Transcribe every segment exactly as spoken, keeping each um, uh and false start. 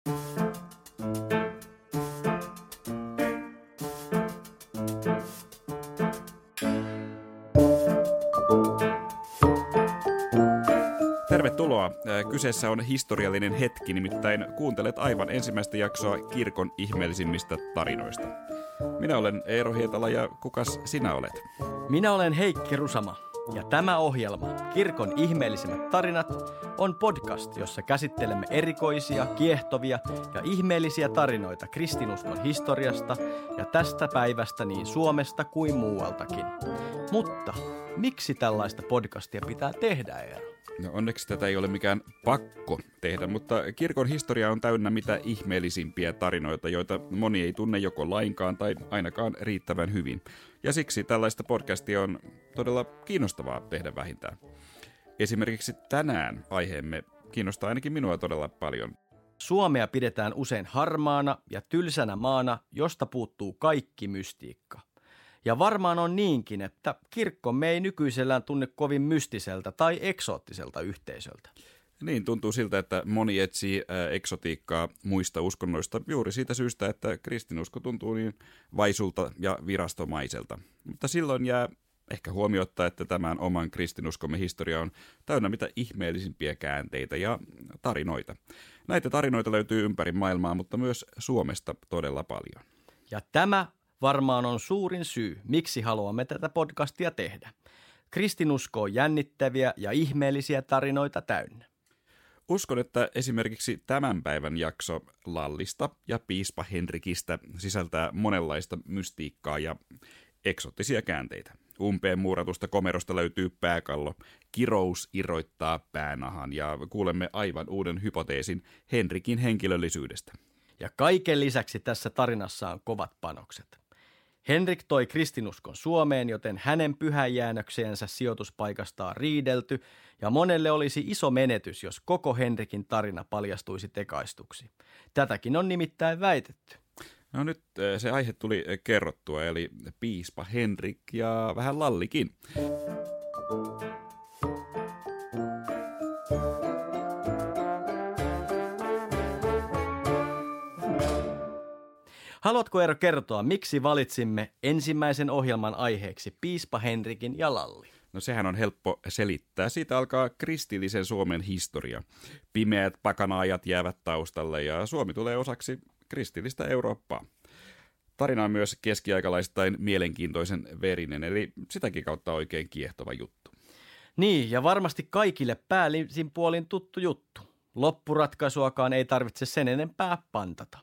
Tervetuloa. Kyseessä on historiallinen hetki, nimittäin kuuntelet aivan ensimmäistä jaksoa kirkon ihmeellisimmistä tarinoista. Minä olen Eero Hietala ja kukas sinä olet? Minä olen Heikki Rusama ja tämä ohjelma, Kirkon ihmeellisimmät tarinat, on podcast, jossa käsittelemme erikoisia, kiehtovia ja ihmeellisiä tarinoita kristinuskon historiasta ja tästä päivästä niin Suomesta kuin muualtakin. Mutta miksi tällaista podcastia pitää tehdä, Eero? No onneksi tätä ei ole mikään pakko tehdä, mutta kirkon historia on täynnä mitä ihmeellisimpiä tarinoita, joita moni ei tunne joko lainkaan tai ainakaan riittävän hyvin. Ja siksi tällaista podcastia on todella kiinnostavaa tehdä vähintään. Esimerkiksi tänään aiheemme kiinnostaa ainakin minua todella paljon. Suomea pidetään usein harmaana ja tylsänä maana, josta puuttuu kaikki mystiikka. Ja varmaan on niinkin, että kirkkomme ei nykyisellään tunne kovin mystiseltä tai eksoottiselta yhteisöltä. Niin, tuntuu siltä, että moni etsii eksotiikkaa muista uskonnoista juuri siitä syystä, että kristinusko tuntuu niin vaisulta ja virastomaiselta. Mutta silloin jää ehkä huomiotta, että tämän oman kristinuskomme historia on täynnä mitä ihmeellisimpiä käänteitä ja tarinoita. Näitä tarinoita löytyy ympäri maailmaa, mutta myös Suomesta todella paljon. Ja tämä varmaan on suurin syy, miksi haluamme tätä podcastia tehdä. Kristinusko on jännittäviä ja ihmeellisiä tarinoita täynnä. Uskon, että esimerkiksi tämän päivän jakso Lallista ja piispa Henrikistä sisältää monenlaista mystiikkaa ja eksoottisia käänteitä. Umpeen muuratusta komerosta löytyy pääkallo, kirous irrottaa päänahan ja kuulemme aivan uuden hypoteesin Henrikin henkilöllisyydestä. Ja kaiken lisäksi tässä tarinassa on kovat panokset. Henrik toi kristinuskon Suomeen, joten hänen pyhäjäännöksensä sijoituspaikasta on riidelty, ja monelle olisi iso menetys, jos koko Henrikin tarina paljastuisi tekaistuksi. Tätäkin on nimittäin väitetty. No nyt se aihe tuli kerrottua, eli piispa Henrik ja vähän Lallikin. Haluatko, Eero, kertoa, miksi valitsimme ensimmäisen ohjelman aiheeksi piispa Henrikin ja Lalli? No sehän on helppo selittää. Siitä alkaa kristillisen Suomen historia. Pimeät pakana-ajat jäävät taustalle ja Suomi tulee osaksi kristillistä Eurooppaa. Tarina on myös keskiaikalaistain mielenkiintoisen verinen, eli sitäkin kautta oikein kiehtova juttu. Niin, ja varmasti kaikille päällisin puolin tuttu juttu. Loppuratkaisuakaan ei tarvitse sen enempää pantata.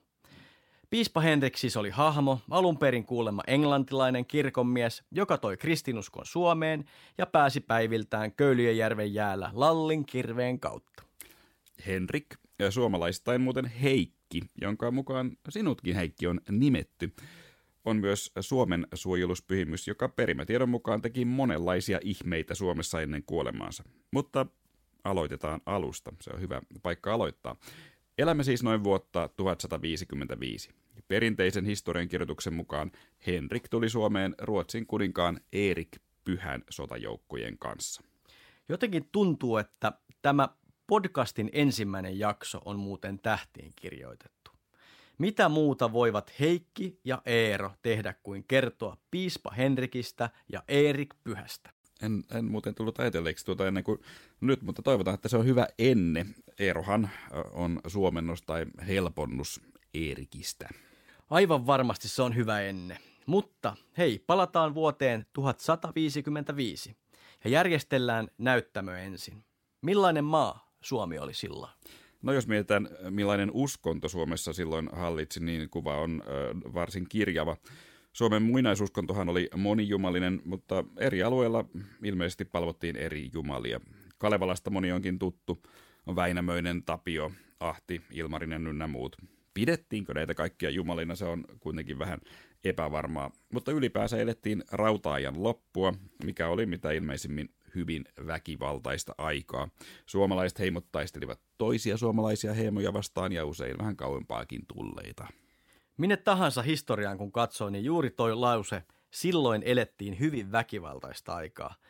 Piispa Henrik siis oli hahmo, alun perin kuulemma englantilainen kirkonmies, joka toi kristinuskon Suomeen ja pääsi päiviltään Köylyjärven jäällä Lallin kirveen kautta. Henrik, ja suomalaistain muuten Heikki, jonka mukaan sinutkin Heikki on nimetty, on myös Suomen suojeluspyhimys, joka perimätiedon mukaan teki monenlaisia ihmeitä Suomessa ennen kuolemaansa. Mutta aloitetaan alusta, se on hyvä paikka aloittaa. Elämme siis noin vuotta tuhatsataviisikymmentäviisi. Perinteisen historiankirjoituksen mukaan Henrik tuli Suomeen Ruotsin kuninkaan Erik Pyhän sotajoukkojen kanssa. Jotenkin tuntuu, että tämä podcastin ensimmäinen jakso on muuten tähtiin kirjoitettu. Mitä muuta voivat Heikki ja Eero tehdä kuin kertoa piispa Henrikistä ja Erik Pyhästä? En, en muuten tullut ajatelleeksi tuota ennen kuin nyt, mutta toivotaan, että se on hyvä enne. Eerohan on suomennos tai helponnus Eerikistä. Aivan varmasti se on hyvä enne. Mutta hei, palataan vuoteen tuhatsataviisikymmentäviisi ja järjestellään näyttämö ensin. Millainen maa Suomi oli silloin? No jos mietitään, millainen uskonto Suomessa silloin hallitsi, niin kuva on ö, varsin kirjava. Suomen muinaisuskontohan oli monijumallinen, mutta eri alueilla ilmeisesti palvottiin eri jumalia. Kalevalasta moni onkin tuttu, on Väinämöinen, Tapio, Ahti, Ilmarinen ynnä muut. Pidettiinkö näitä kaikkia jumalina, se on kuitenkin vähän epävarmaa, mutta ylipäänsä elettiin rauta-ajan loppua, mikä oli mitä ilmeisimmin hyvin väkivaltaista aikaa. Suomalaiset heimot taistelivat toisia suomalaisia heimoja vastaan ja usein vähän kauempaakin tulleita. Minne tahansa historiaan kun katsoo, niin juuri toi lause, silloin elettiin hyvin väkivaltaista aikaa,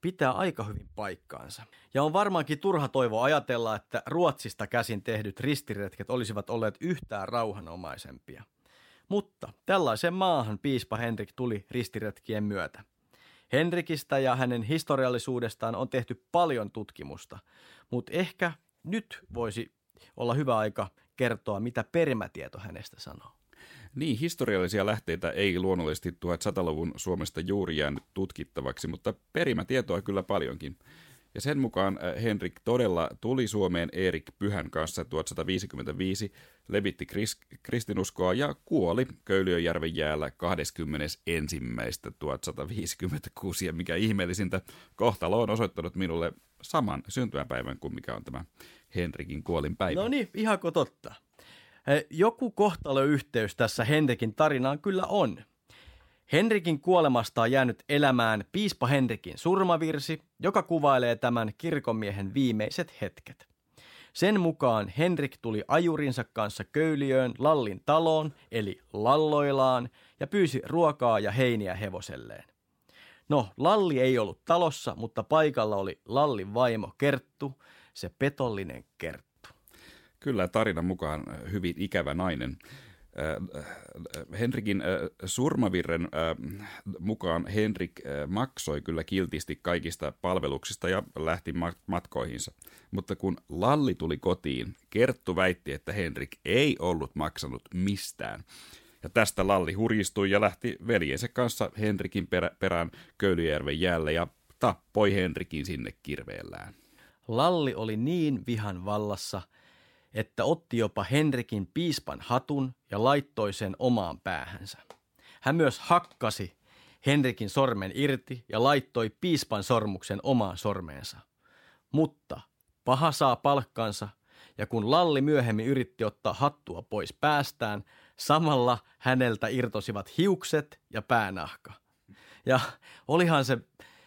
pitää aika hyvin paikkaansa. Ja on varmaankin turha toivo ajatella, että Ruotsista käsin tehdyt ristiretket olisivat olleet yhtään rauhanomaisempia. Mutta tällaiseen maahan piispa Henrik tuli ristiretkien myötä. Henrikistä ja hänen historiallisuudestaan on tehty paljon tutkimusta, mutta ehkä nyt voisi olla hyvä aika kertoa, mitä perimätieto hänestä sanoo. Niin, historiallisia lähteitä ei luonnollisesti tuhatsataluvun Suomesta juuri jäänyt tutkittavaksi, mutta perimätietoa kyllä paljonkin. Ja sen mukaan Henrik todella tuli Suomeen Erik Pyhän kanssa tuhatsataviisikymmentäviisi, levitti kris- kristinuskoa ja kuoli Köyliönjärven jäällä kahdeskymmenesensimmäinen tuhatsataviisikymmentäkuusi. Ja mikä ihmeellisintä, kohtalo on osoittanut minulle saman syntymäpäivän kuin mikä on tämä Henrikin kuolinpäivä. No niin, ihanko totta? Joku kohtaloyhteys tässä Henrikin tarinaan kyllä on. Henrikin kuolemasta on jäänyt elämään piispa Henrikin surmavirsi, joka kuvailee tämän kirkonmiehen viimeiset hetket. Sen mukaan Henrik tuli ajurinsa kanssa Köyliöön Lallin taloon, eli Lalloilaan, ja pyysi ruokaa ja heiniä hevoselleen. No, Lalli ei ollut talossa, mutta paikalla oli Lallin vaimo Kerttu, se petollinen Kerttu. Kyllä tarinan mukaan hyvin ikävä nainen. Henrikin surmavirren mukaan Henrik maksoi kyllä kiltisti kaikista palveluksista ja lähti matkoihinsa. Mutta kun Lalli tuli kotiin, Kerttu väitti, että Henrik ei ollut maksanut mistään. Ja tästä Lalli hurjistui ja lähti veljensä kanssa Henrikin perä, perään Köylyjärven jäälle ja tappoi Henrikin sinne kirveellään. Lalli oli niin vihan vallassa, että otti jopa Henrikin piispan hatun ja laittoi sen omaan päähänsä. Hän myös hakkasi Henrikin sormen irti ja laittoi piispan sormuksen omaan sormeensa. Mutta paha saa palkkansa, ja kun Lalli myöhemmin yritti ottaa hattua pois päästään, samalla häneltä irtosivat hiukset ja päänahka. Ja olihan se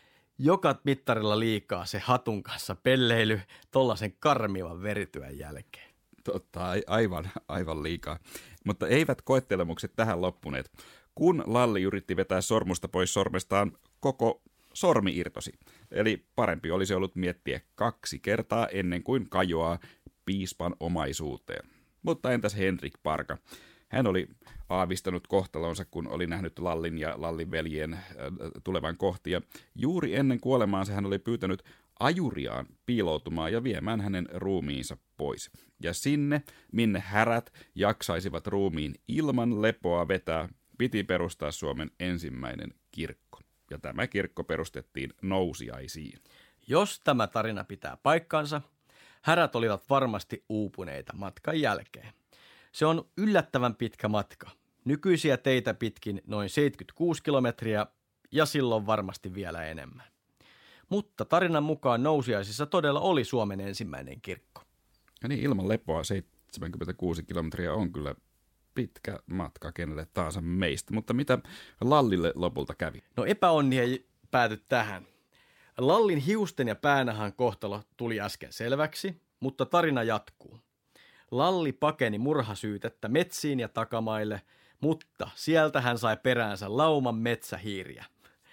joka mittarilla liikaa se hatun kanssa pelleily tollaisen karmivan verityön jälkeen. Totta, aivan, aivan liikaa. Mutta eivät koettelemukset tähän loppuneet. Kun Lalli yritti vetää sormusta pois sormestaan, koko sormi irtosi. Eli parempi olisi ollut miettiä kaksi kertaa ennen kuin kajoaa piispan omaisuuteen. Mutta entäs Henrik Parka? Hän oli aavistanut kohtalonsa, kun oli nähnyt Lallin ja Lallin veljen tulevan kohti. Ja juuri ennen kuolemaansa hän oli pyytänyt ajuriaan piiloutumaan ja viemään hänen ruumiinsa pois. Ja sinne, minne härät jaksaisivat ruumiin ilman lepoa vetää, piti perustaa Suomen ensimmäinen kirkko. Ja tämä kirkko perustettiin Nousiaisiin. Jos tämä tarina pitää paikkansa, härät olivat varmasti uupuneita matkan jälkeen. Se on yllättävän pitkä matka. Nykyisiä teitä pitkin noin seitsemänkymmentäkuusi kilometriä ja silloin varmasti vielä enemmän. Mutta tarinan mukaan Nousiaisissa todella oli Suomen ensimmäinen kirkko. Ja niin, ilman lepoa seitsemänkymmentäkuusi kilometriä on kyllä pitkä matka kenelle tahansa meistä. Mutta mitä Lallille lopulta kävi? No epäonni ei pääty tähän. Lallin hiusten ja päänahan kohtalo tuli äsken selväksi, mutta tarina jatkuu. Lalli pakeni murhasyytettä metsiin ja takamaille, mutta sieltä hän sai peräänsä lauman metsähiiriä.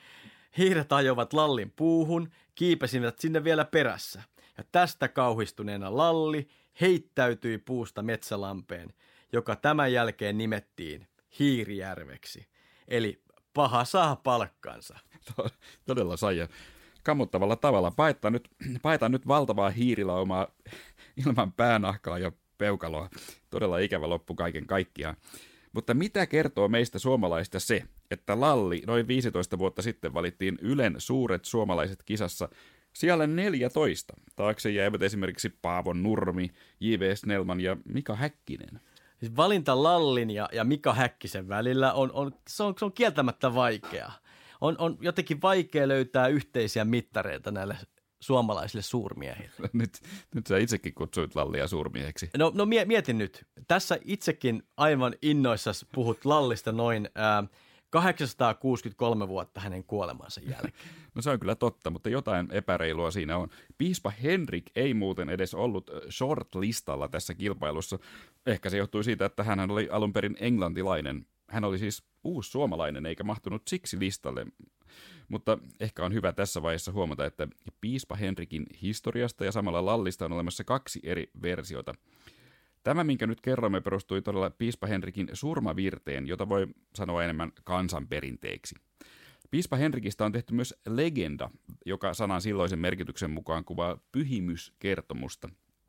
Hiiret ajoivat Lallin puuhun, kiipesivät sinne vielä perässä, ja tästä kauhistuneena Lalli heittäytyi puusta metsälampeen, joka tämän jälkeen nimettiin Hiirijärveksi, eli paha saa palkkansa. Todella sai, ja kammottavalla tavalla paetaan nyt, paetaan nyt valtavaa hiirilaumaa ilman päänahkaa ja peukaloa. Todella ikävä loppu kaiken kaikkiaan. Mutta mitä kertoo meistä suomalaista se, että Lalli noin viisitoista vuotta sitten valittiin Ylen suuret suomalaiset kisassa sijalle neljätoista. Taakse jäivät esimerkiksi Paavo Nurmi, J V Snellman ja Mika Häkkinen. Siis valinta Lallin ja, ja Mika Häkkisen välillä on, on, se on, se on kieltämättä vaikeaa. On, on jotenkin vaikea löytää yhteisiä mittareita näille suomalaisille suurmiehille. Nyt, nyt sä itsekin kutsuit Lallia suurmieheksi. No, no mietin nyt. Tässä itsekin aivan innoissasi puhut Lallista noin ää, kahdeksansataakuusikymmentäkolme vuotta hänen kuolemansa jälkeen. No se on kyllä totta, mutta jotain epäreilua siinä on. Piispa Henrik ei muuten edes ollut short-listalla tässä kilpailussa. Ehkä se johtui siitä, että hän oli alun perin englantilainen. Hän oli siis uusi suomalainen eikä mahtunut siksi listalle, mutta ehkä on hyvä tässä vaiheessa huomata, että piispa Henrikin historiasta ja samalla lallista on olemassa kaksi eri versiota. Tämä, minkä nyt kerromme, perustui todella piispa Henrikin surmavirteen, jota voi sanoa enemmän kansanperinteeksi. Piispa Henrikistä on tehty myös legenda, joka sanan silloisen merkityksen mukaan kuvaa pyhimyskertomusta.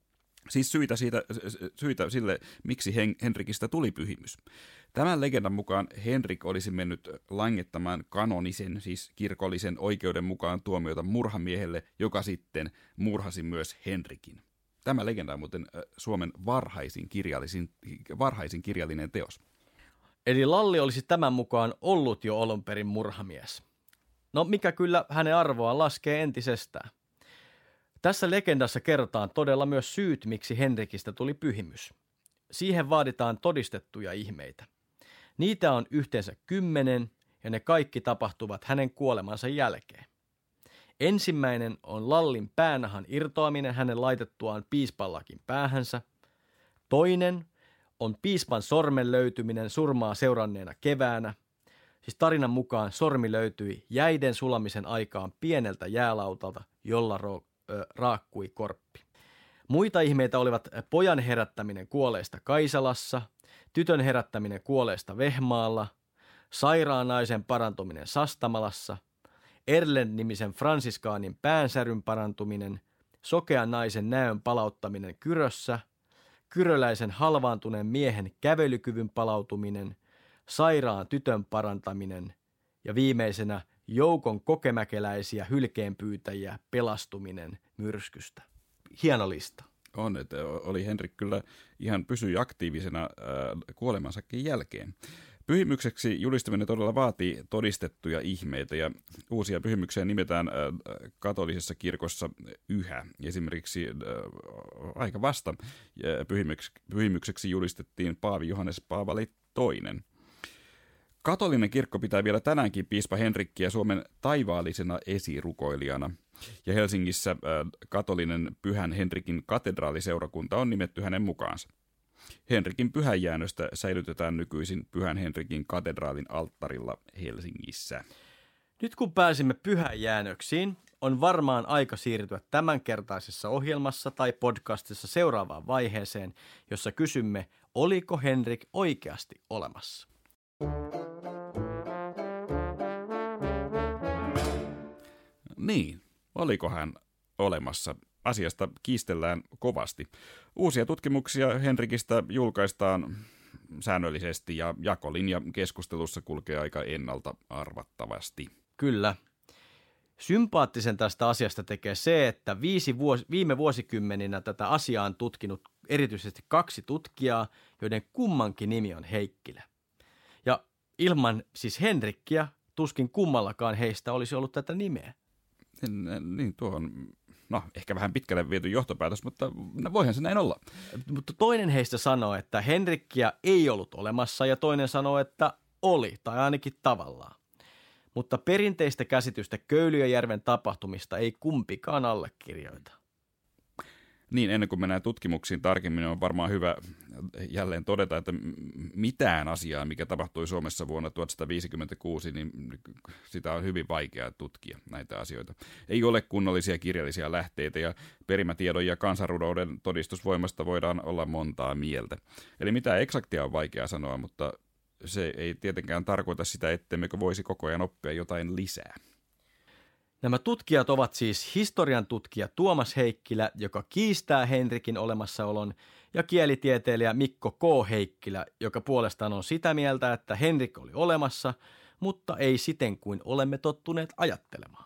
Siis syitä, siitä, syitä sille, miksi Henrikistä tuli pyhimys. Tämän legendan mukaan Henrik olisi mennyt langettamaan kanonisen, siis kirkollisen oikeuden mukaan tuomiota murhamiehelle, joka sitten murhasi myös Henrikin. Tämä legenda on muuten Suomen varhaisin, varhaisin kirjallinen teos. Eli Lalli olisi tämän mukaan ollut jo alun perin murhamies. No mikä kyllä hänen arvoaan laskee entisestään. Tässä legendassa kerrotaan todella myös syyt, miksi Henrikistä tuli pyhimys. Siihen vaaditaan todistettuja ihmeitä. Niitä on yhteensä kymmenen ja ne kaikki tapahtuvat hänen kuolemansa jälkeen. Ensimmäinen on Lallin päänahan irtoaminen hänen laitettuaan piispallakin päähänsä. Toinen on piispan sormen löytyminen surmaa seuranneena keväänä. Siis tarinan mukaan sormi löytyi jäiden sulamisen aikaan pieneltä jäälautalta, jolla ro- ö, raakkui korppi. Muita ihmeitä olivat pojan herättäminen kuolleesta Kaisalassa, tytön herättäminen kuolleesta Vehmaalla, sairaan naisen parantuminen Sastamalassa, Erlen-nimisen fransiskaanin päänsäryn parantuminen, sokean naisen näön palauttaminen Kyrössä, kyröläisen halvaantuneen miehen kävelykyvyn palautuminen, sairaan tytön parantaminen ja viimeisenä joukon kokemäkeläisiä hylkeenpyytäjiä pelastuminen myrskystä. Hieno lista. On, että oli Henrik kyllä ihan pysyi aktiivisena äh, kuolemansakin jälkeen. Pyhimykseksi julistaminen todella vaatii todistettuja ihmeitä ja uusia pyhimyksiä nimetään äh, katolisessa kirkossa yhä. Esimerkiksi äh, aika vasta äh, pyhimyks, pyhimykseksi julistettiin Paavi Johannes Paavali toinen. Katolinen kirkko pitää vielä tänäänkin piispa Henrikkiä Suomen taivaallisena esirukoilijana. Ja Helsingissä äh, katolinen Pyhän Henrikin katedraaliseurakunta on nimetty hänen mukaansa. Henrikin pyhäjäännöstä säilytetään nykyisin Pyhän Henrikin katedraalin alttarilla Helsingissä. Nyt kun pääsimme pyhäjäännöksiin, on varmaan aika siirtyä tämänkertaisessa ohjelmassa tai podcastissa seuraavaan vaiheeseen, jossa kysymme, oliko Henrik oikeasti olemassa? Niin, oliko hän olemassa? Asiasta kiistellään kovasti. Uusia tutkimuksia Henrikistä julkaistaan säännöllisesti ja jakolinja keskustelussa kulkee aika ennalta arvattavasti. Kyllä. Sympaattisen tästä asiasta tekee se, että viisi vuos- viime vuosikymmeninä tätä asiaa on tutkinut erityisesti kaksi tutkijaa, joiden kummankin nimi on Heikkilä. Ja ilman siis Henrikkiä tuskin kummallakaan heistä olisi ollut tätä nimeä. Niin, tuo on, no ehkä vähän pitkälle viety johtopäätös, mutta no, voihan se näin olla. Mutta toinen heistä sanoo, että Henrikkiä ei ollut olemassa ja toinen sanoo, että oli, tai ainakin tavallaan. Mutta perinteistä käsitystä Köyliöjärven tapahtumista ei kumpikaan allekirjoita. Niin, ennen kuin mennään tutkimuksiin tarkemmin, on varmaan hyvä jälleen todeta, että mitään asiaa, mikä tapahtui Suomessa vuonna tuhatyhdeksänsataaviisikymmentäkuusi, niin sitä on hyvin vaikea tutkia näitä asioita. Ei ole kunnollisia kirjallisia lähteitä ja perimätiedon ja kansanrunouden todistusvoimasta voidaan olla montaa mieltä. Eli mitä eksaktia on vaikea sanoa, mutta se ei tietenkään tarkoita sitä, ettemmekö voisi koko ajan oppia jotain lisää. Nämä tutkijat ovat siis historian tutkija Tuomas Heikkilä, joka kiistää Henrikin olemassaolon, ja kielitieteilijä Mikko K. Heikkilä, joka puolestaan on sitä mieltä, että Henrik oli olemassa, mutta ei siten kuin olemme tottuneet ajattelemaan.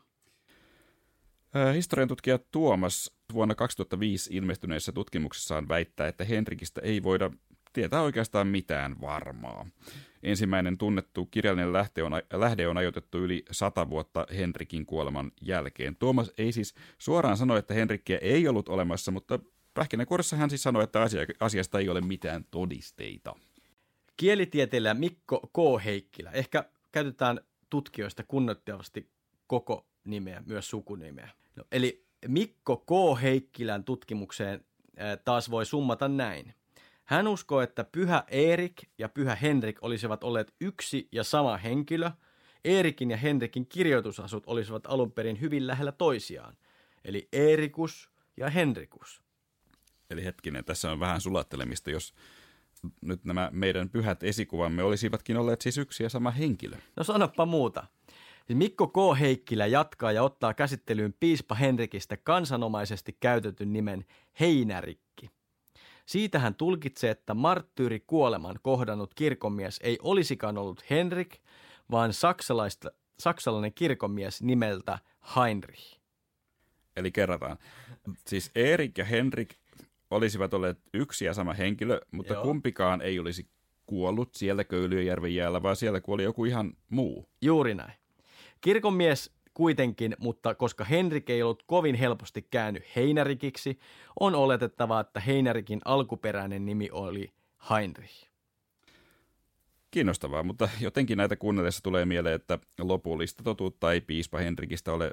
Historian tutkija Tuomas vuonna kaksituhattaviisi ilmestyneessä tutkimuksessaan väittää, että Henrikistä ei voida tietää oikeastaan mitään varmaa. Ensimmäinen tunnettu kirjallinen lähde on, lähde on ajoitettu yli sata vuotta Henrikin kuoleman jälkeen. Tuomas ei siis suoraan sano, että Henrikkiä ei ollut olemassa, mutta pähkinänkuoressa hän siis sanoi, että asia, asiasta ei ole mitään todisteita. Kielitieteilijä Mikko K. Heikkilä. Ehkä käytetään tutkijoista kunnioittavasti koko nimeä, myös sukunimeä. No, eli Mikko K. Heikkilän tutkimukseen taas voi summata näin. Hän uskoo, että pyhä Erik ja pyhä Henrik olisivat olleet yksi ja sama henkilö. Eerikin ja Henrikin kirjoitusasut olisivat alun perin hyvin lähellä toisiaan, eli Eerikus ja Henrikus. Eli hetkinen, tässä on vähän sulattelemista, jos nyt nämä meidän pyhät esikuvamme olisivatkin olleet siis yksi ja sama henkilö. No sanoppa muuta. Mikko K. Heikkilä jatkaa ja ottaa käsittelyyn piispa Henrikistä kansanomaisesti käytetyn nimen Heinärikki. Siitä hän tulkitsee, että marttyyri kuoleman kohdannut kirkonmies ei olisikaan ollut Henrik, vaan saksalaista, saksalainen kirkonmies nimeltä Heinrich. Eli kerrataan. Siis Erik ja Henrik olisivat olleet yksi ja sama henkilö, mutta Joo. kumpikaan ei olisi kuollut siellä Köyliöjärven jäällä, vaan siellä kuoli joku ihan muu. Juuri näin. Kirkonmies kuitenkin, mutta koska Henrik ei ollut kovin helposti käänny Heinärikiksi, on oletettavaa, että Heinärikin alkuperäinen nimi oli Heinrich. Kiinnostavaa, mutta jotenkin näitä kuunnellessa tulee mieleen, että lopullista totuutta ei piispa Henrikistä ole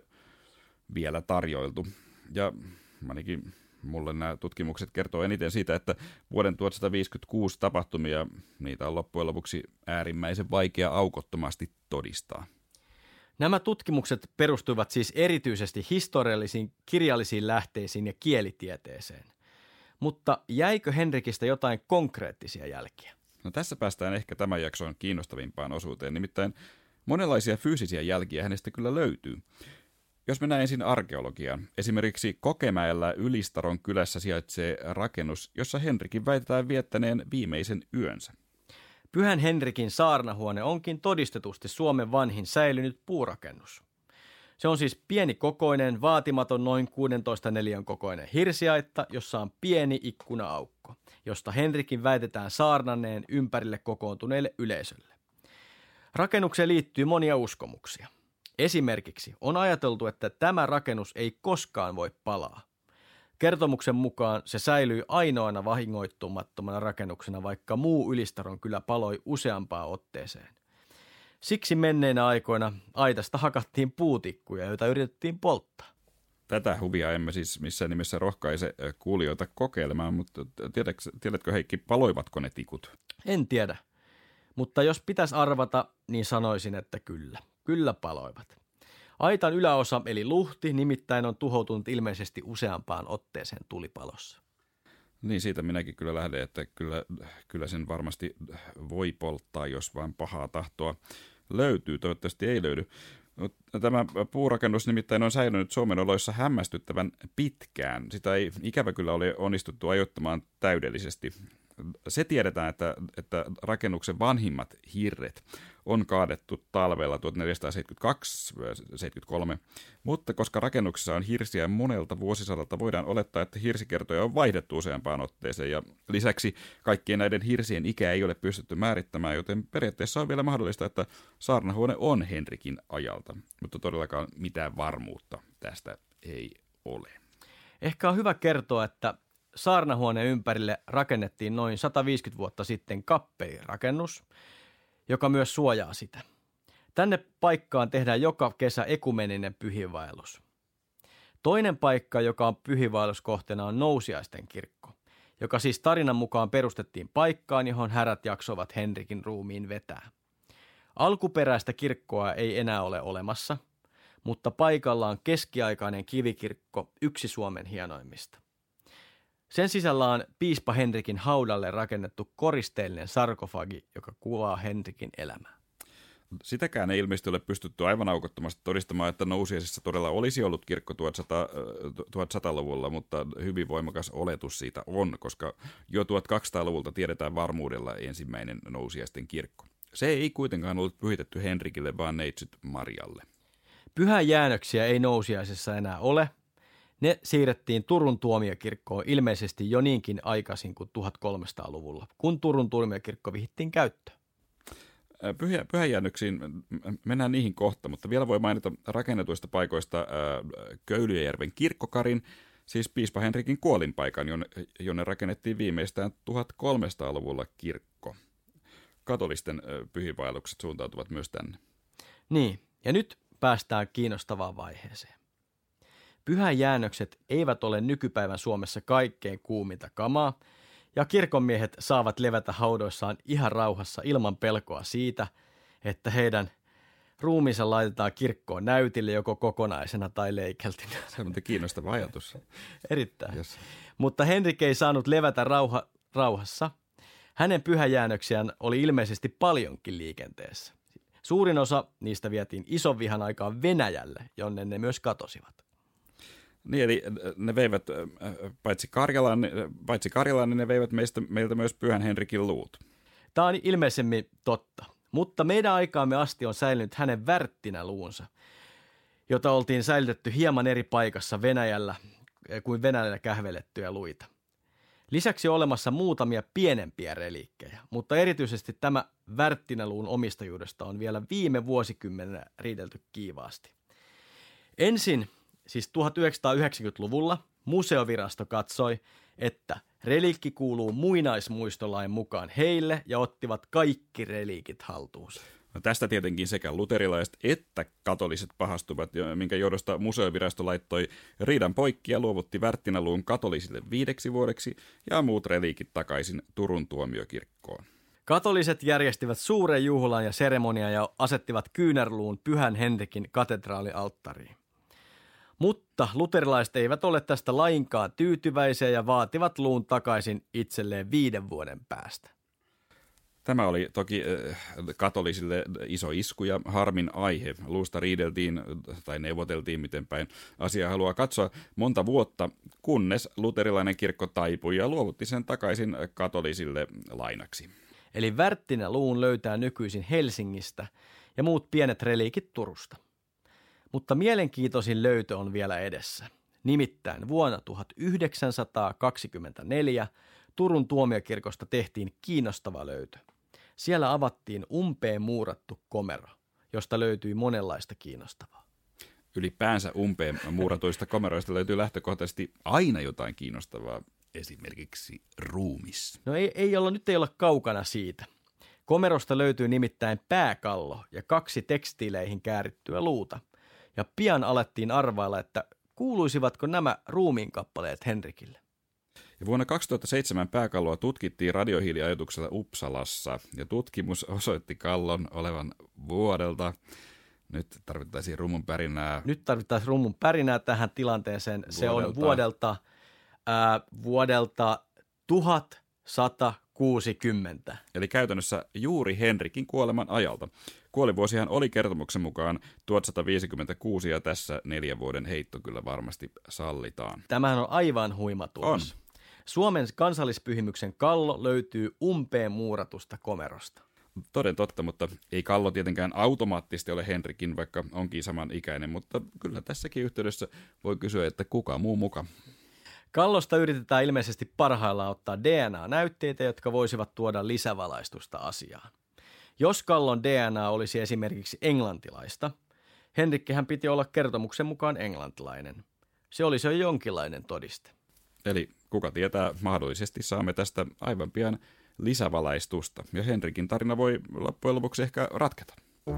vielä tarjoiltu. Ja ainakin mulle nämä tutkimukset kertoo eniten siitä, että vuoden tuhatsataviisikymmentäkuusi tapahtumia, niitä on loppujen lopuksi äärimmäisen vaikea aukottomasti todistaa. Nämä tutkimukset perustuivat siis erityisesti historiallisiin kirjallisiin lähteisiin ja kielitieteeseen. Mutta jäikö Henrikistä jotain konkreettisia jälkiä? No tässä päästään ehkä tämän jakson kiinnostavimpaan osuuteen, nimittäin monenlaisia fyysisiä jälkiä hänestä kyllä löytyy. Jos mennään ensin arkeologiaan, esimerkiksi Kokemäellä Ylistaron kylässä sijaitsee rakennus, jossa Henrikin väitetään viettäneen viimeisen yönsä. Pyhän Henrikin saarnahuone onkin todistetusti Suomen vanhin säilynyt puurakennus. Se on siis pienikokoinen, vaatimaton noin kuusitoista neliön kokoinen hirsiaitta, jossa on pieni ikkuna-aukko, josta Henrikin väitetään saarnanneen ympärille kokoontuneelle yleisölle. Rakennukseen liittyy monia uskomuksia. Esimerkiksi on ajateltu, että tämä rakennus ei koskaan voi palaa. Kertomuksen mukaan se säilyi ainoana vahingoittumattomana rakennuksena, vaikka muu Ylistaron kylä paloi useampaan otteeseen. Siksi menneinä aikoina aitasta hakattiin puutikkuja, joita yritettiin polttaa. Tätä huvia emme siis missään nimessä rohkaise kuulijoita kokeilemaan, mutta tiedätkö, tiedätkö Heikki, paloivatko ne tikut? En tiedä, mutta jos pitäisi arvata, niin sanoisin, että kyllä. Kyllä paloivat. Aitan yläosa eli luhti nimittäin on tuhoutunut ilmeisesti useampaan otteeseen tulipalossa. Niin siitä minäkin kyllä lähden, että kyllä, kyllä sen varmasti voi polttaa, jos vain pahaa tahtoa löytyy. Toivottavasti ei löydy. Tämä puurakennus nimittäin on säilynyt Suomen oloissa hämmästyttävän pitkään. Sitä ei ikävä kyllä ole onnistuttu ajoittamaan täydellisesti. Se tiedetään, että, että rakennuksen vanhimmat hirret on kaadettu talvella tuhatneljäsataaseitsemänkymmentäkaksi seitsemänkymmentäkolme, mutta koska rakennuksessa on hirsiä monelta vuosisadalta, voidaan olettaa, että hirsikertoja on vaihdettu useampaan otteeseen, ja lisäksi kaikkien näiden hirsien ikä ei ole pystytty määrittämään, joten periaatteessa on vielä mahdollista, että saarnahuone on Henrikin ajalta, mutta todellakaan mitään varmuutta tästä ei ole. Ehkä on hyvä kertoa, että saarnahuoneen ympärille rakennettiin noin sataviisikymmentä vuotta sitten kappelirakennus, joka myös suojaa sitä. Tänne paikkaan tehdään joka kesä ekumeninen pyhiinvaellus. Toinen paikka, joka on pyhiinvaelluskohteena, on Nousiaisten kirkko, joka siis tarinan mukaan perustettiin paikkaan, johon härät jaksoivat Henrikin ruumiin vetää. Alkuperäistä kirkkoa ei enää ole olemassa, mutta paikalla on keskiaikainen kivikirkko, yksi Suomen hienoimmista. Sen sisällä on piispa Henrikin haudalle rakennettu koristeellinen sarkofagi, joka kuvaa Henrikin elämää. Sitäkään ei ilmeisesti ole pystytty aivan aukottomasti todistamaan, että Nousiaisissa todella olisi ollut kirkko tuhatsataa-luvulla, mutta hyvin voimakas oletus siitä on, koska jo tuhatkaksisataaluvulta tiedetään varmuudella ensimmäinen Nousiaisten kirkko. Se ei kuitenkaan ollut pyhitetty Henrikille, vaan neitsyt Marialle. Pyhäjäännöksiä ei Nousiaisissa enää ole. Ne siirrettiin Turun tuomiokirkkoon ilmeisesti jo niinkin aikaisin kuin tuhatkolmesataaluvulla, kun Turun tuomiokirkko vihittiin käyttöön. Pyhä, pyhäjäännöksiin mennään niihin kohta, mutta vielä voi mainita rakennetuista paikoista ää, Köyliöjärven kirkkokarin, siis piispa Henrikin kuolinpaikan, jonne, jonne rakennettiin viimeistään tuhatkolmesataaluvulla kirkko. Katolisten ää, pyhiinvaellukset suuntautuvat myös tänne. Niin, ja nyt päästään kiinnostavaan vaiheeseen. Pyhäjäännökset eivät ole nykypäivän Suomessa kaikkein kuuminta kamaa, ja kirkonmiehet saavat levätä haudoissaan ihan rauhassa ilman pelkoa siitä, että heidän ruumiinsa laitetaan kirkkoon näytille joko kokonaisena tai leikeltinä. Se on kiinnostava ajatus. Erittäin. Yes. Mutta Henrik ei saanut levätä rauha, rauhassa. Hänen pyhäjäännöksiään oli ilmeisesti paljonkin liikenteessä. Suurin osa niistä vietiin ison vihan aikaan Venäjälle, jonne ne myös katosivat. Niin, eli ne veivät paitsi Karjalaan, paitsi Karjalaan niin ne veivät meistä, meiltä myös Pyhän Henrikin luut. Tämä on ilmeisemmin totta, mutta meidän aikaamme asti on säilynyt hänen värttinäluunsa, jota oltiin säilytetty hieman eri paikassa Venäjällä kuin Venäjällä kähvelettyjä luita. Lisäksi on olemassa muutamia pienempiä reliikkejä, mutta erityisesti tämä värttinäluun omistajuudesta on vielä viime vuosikymmenenä riidelty kiivaasti. Ensin, siis tuhatyhdeksänsataayhdeksänkymmentäluvulla, museovirasto katsoi, että reliikki kuuluu muinaismuistolain mukaan heille ja ottivat kaikki reliikit haltuunsa. No tästä tietenkin sekä luterilaiset että katoliset pahastuvat, minkä johdosta museovirasto laittoi riidan poikki ja luovutti värttinäluun katolisille viideksi vuodeksi ja muut reliikit takaisin Turun tuomiokirkkoon. Katoliset järjestivät suuren juhlan ja seremonian ja asettivat kyynärluun Pyhän Henrikin katedraalialttariin. Mutta luterilaiset eivät ole tästä lainkaan tyytyväisiä ja vaativat luun takaisin itselleen viiden vuoden päästä. Tämä oli toki katolisille iso isku ja harmin aihe. Luusta riideltiin tai neuvoteltiin, miten päin asiaa haluaa katsoa, monta vuotta, kunnes luterilainen kirkko taipui ja luovutti sen takaisin katolisille lainaksi. Eli värttinäluun löytää nykyisin Helsingistä ja muut pienet reliikit Turusta. Mutta mielenkiintoisin löytö on vielä edessä. Nimittäin vuonna tuhatyhdeksänsataakaksikymmentäneljä Turun tuomiokirkosta tehtiin kiinnostava löytö. Siellä avattiin umpeen muurattu komero, josta löytyi monenlaista kiinnostavaa. Ylipäänsä umpeen muuratuista komeroista löytyy lähtökohtaisesti aina jotain kiinnostavaa, esimerkiksi ruumis. No ei, ei olla, nyt ei olla kaukana siitä. Komerosta löytyy nimittäin pääkallo ja kaksi tekstiileihin käärittyä luuta. Ja pian alettiin arvailla, että kuuluisivatko nämä ruumiinkappaleet Henrikille. Ja vuonna kaksituhattaseitsemän pääkalloa tutkittiin radiohiiliajoituksella Uppsalassa ja tutkimus osoitti kallon olevan vuodelta. Nyt tarvittaisiin rummun pärinää. Nyt tarvittaisiin rummun pärinää tähän tilanteeseen. Vuodelta. Se on vuodelta, ää, vuodelta tuhatsatakuusikymmentä. Eli käytännössä juuri Henrikin kuoleman ajalta. Kuolivuosihan oli kertomuksen mukaan tuhatsataviisikymmentäkuusi ja tässä neljän vuoden heitto kyllä varmasti sallitaan. Tämähän on aivan huima tulos. On. Suomen kansallispyhimyksen kallo löytyy umpeen muuratusta komerosta. Toden totta, mutta ei kallo tietenkään automaattisesti ole Henrikin, vaikka onkin samanikäinen, mutta kyllä tässäkin yhteydessä voi kysyä, että kuka muu muka. Kallosta yritetään ilmeisesti parhaillaan ottaa D N A-näytteitä, jotka voisivat tuoda lisävalaistusta asiaan. Jos kallon D N A olisi esimerkiksi englantilaista, Henrikkihän piti olla kertomuksen mukaan englantilainen. Se olisi jo jonkinlainen todiste. Eli kuka tietää, mahdollisesti saamme tästä aivan pian lisävalaistusta, ja Henrikin tarina voi loppujen lopuksi ehkä ratketa.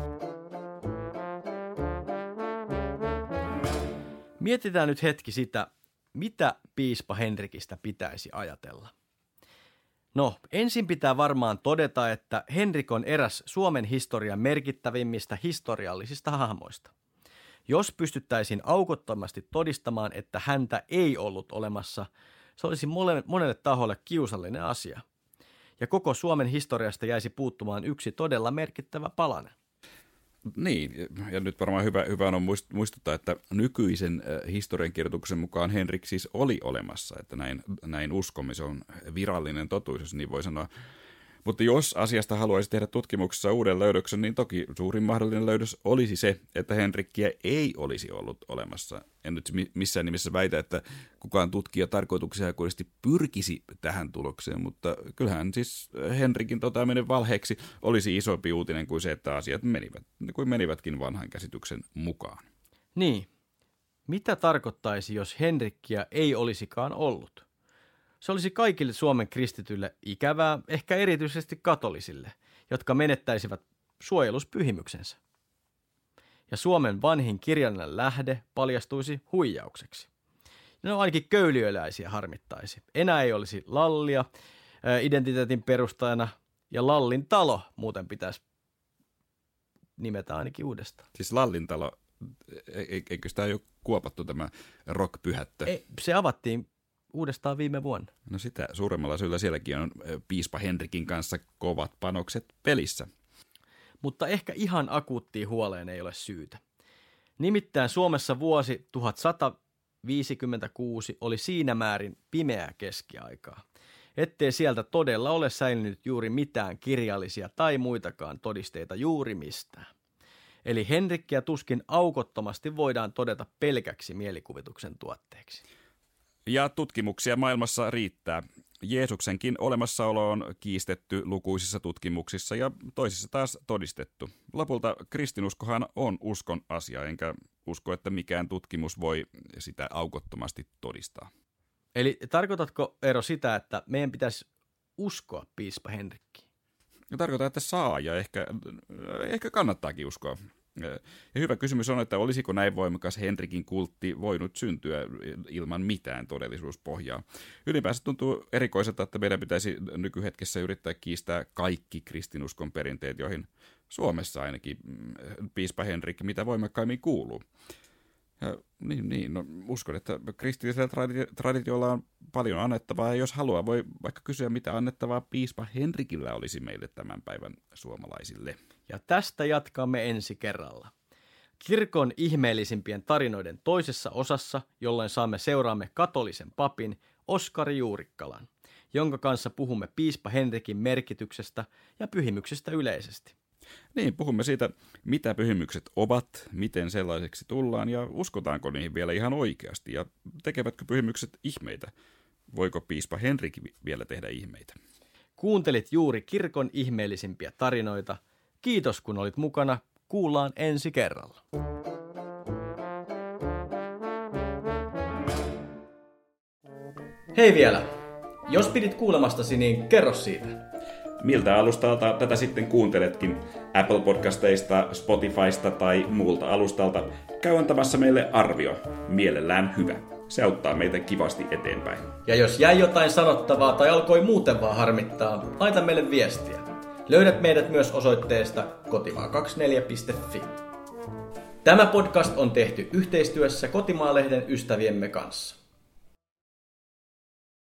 Mietitään nyt hetki sitä, mitä piispa Henrikistä pitäisi ajatella. No, ensin pitää varmaan todeta, että Henrik on eräs Suomen historian merkittävimmistä historiallisista hahmoista. Jos pystyttäisiin aukottomasti todistamaan, että häntä ei ollut olemassa, se olisi monelle taholle kiusallinen asia. Ja koko Suomen historiasta jäisi puuttumaan yksi todella merkittävä palanen. Niin, ja nyt varmaan hyvä, hyvä on muistuttaa, että nykyisen historiankirjoituksen mukaan Henrik siis oli olemassa, että näin, näin uskomme, se on virallinen totuus, jos niin voi sanoa. Mutta jos asiasta haluaisi tehdä tutkimuksessa uuden löydöksen, niin toki suurin mahdollinen löydös olisi se, että Henrikkiä ei olisi ollut olemassa. En nyt missään nimessä väitä, että kukaan tutkija tarkoituksenhakuisesti pyrkisi tähän tulokseen, mutta kyllähän siis Henrikin toteaminen valheeksi olisi isompi uutinen kuin se, että asiat menivät, kuin menivätkin vanhan käsityksen mukaan. Niin. Mitä tarkoittaisi, jos Henrikkiä ei olisikaan ollut? Se olisi kaikille Suomen kristityille ikävää, ehkä erityisesti katolisille, jotka menettäisivät suojeluspyhimyksensä. Ja Suomen vanhin kirjallinen lähde paljastuisi huijaukseksi. No ainakin köyliöläisiä harmittaisi. Enää ei olisi lallia, identiteetin perustajana. Ja Lallin talo muuten pitäisi nimetä ainakin uudestaan. Siis Lallin talo, eikö sitä jo kuopattu tämä rock-pyhättö? Ei, se avattiin uudestaan viime vuonna. No sitä suuremmalla syyllä sielläkin on piispa Henrikin kanssa kovat panokset pelissä. Mutta ehkä ihan akuuttiin huoleen ei ole syytä. Nimittäin Suomessa vuosi tuhatsataviisikymmentäkuusi oli siinä määrin pimeää keskiaikaa, ettei sieltä todella ole säilynyt juuri mitään kirjallisia tai muitakaan todisteita juuri mistään. Eli Henrikkiä tuskin aukottomasti voidaan todeta pelkäksi mielikuvituksen tuotteeksi. Ja tutkimuksia maailmassa riittää. Jeesuksenkin olemassaolo on kiistetty lukuisissa tutkimuksissa ja toisissa taas todistettu. Lopulta kristinuskohan on uskon asia, enkä usko, että mikään tutkimus voi sitä aukottomasti todistaa. Eli tarkoitatko, Eero, sitä, että meidän pitäisi uskoa piispa Henrikkiin? Tarkoitan, että saa ja ehkä, ehkä kannattaakin uskoa. Ja hyvä kysymys on, että olisiko näin voimakas Henrikin kultti voinut syntyä ilman mitään todellisuuspohjaa. Ylipäänsä tuntuu erikoiselta, että meidän pitäisi nykyhetkessä yrittää kiistää kaikki kristinuskon perinteet, joihin Suomessa ainakin piispa Henrik mitä voimakkaimmin kuuluu. Ja, niin, niin no, uskon, että kristillisellä tradi- traditiolla on paljon annettavaa, ja jos haluaa, voi vaikka kysyä, mitä annettavaa piispa Henrikillä olisi meille tämän päivän suomalaisille. Ja tästä jatkamme ensi kerralla. Kirkon ihmeellisimpien tarinoiden toisessa osassa, jolloin saamme seuraamme katolisen papin Oskari Juurikkalan, jonka kanssa puhumme piispa Henrikin merkityksestä ja pyhimyksestä yleisesti. Niin, puhumme siitä, mitä pyhimykset ovat, miten sellaiseksi tullaan ja uskotaanko niihin vielä ihan oikeasti ja tekevätkö pyhimykset ihmeitä. Voiko piispa Henrik vielä tehdä ihmeitä? Kuuntelit juuri kirkon ihmeellisimpiä tarinoita. Kiitos kun olit mukana. Kuullaan ensi kerralla. Hei vielä. Jos pidit kuulemastasi, niin kerro siitä. Miltä alustalta tätä sitten kuunteletkin? Apple Podcasteista, Spotifysta tai muulta alustalta? Käy antamassa meille arvio. Mielellään hyvä. Se auttaa meitä kivasti eteenpäin. Ja jos jäi jotain sanottavaa tai alkoi muuten vaan harmittaa, laita meille viestiä. Löydät meidät myös osoitteesta kotimaa kaksikymmentäneljä piste fi. Tämä podcast on tehty yhteistyössä Kotimaa-lehden ystäviemme kanssa.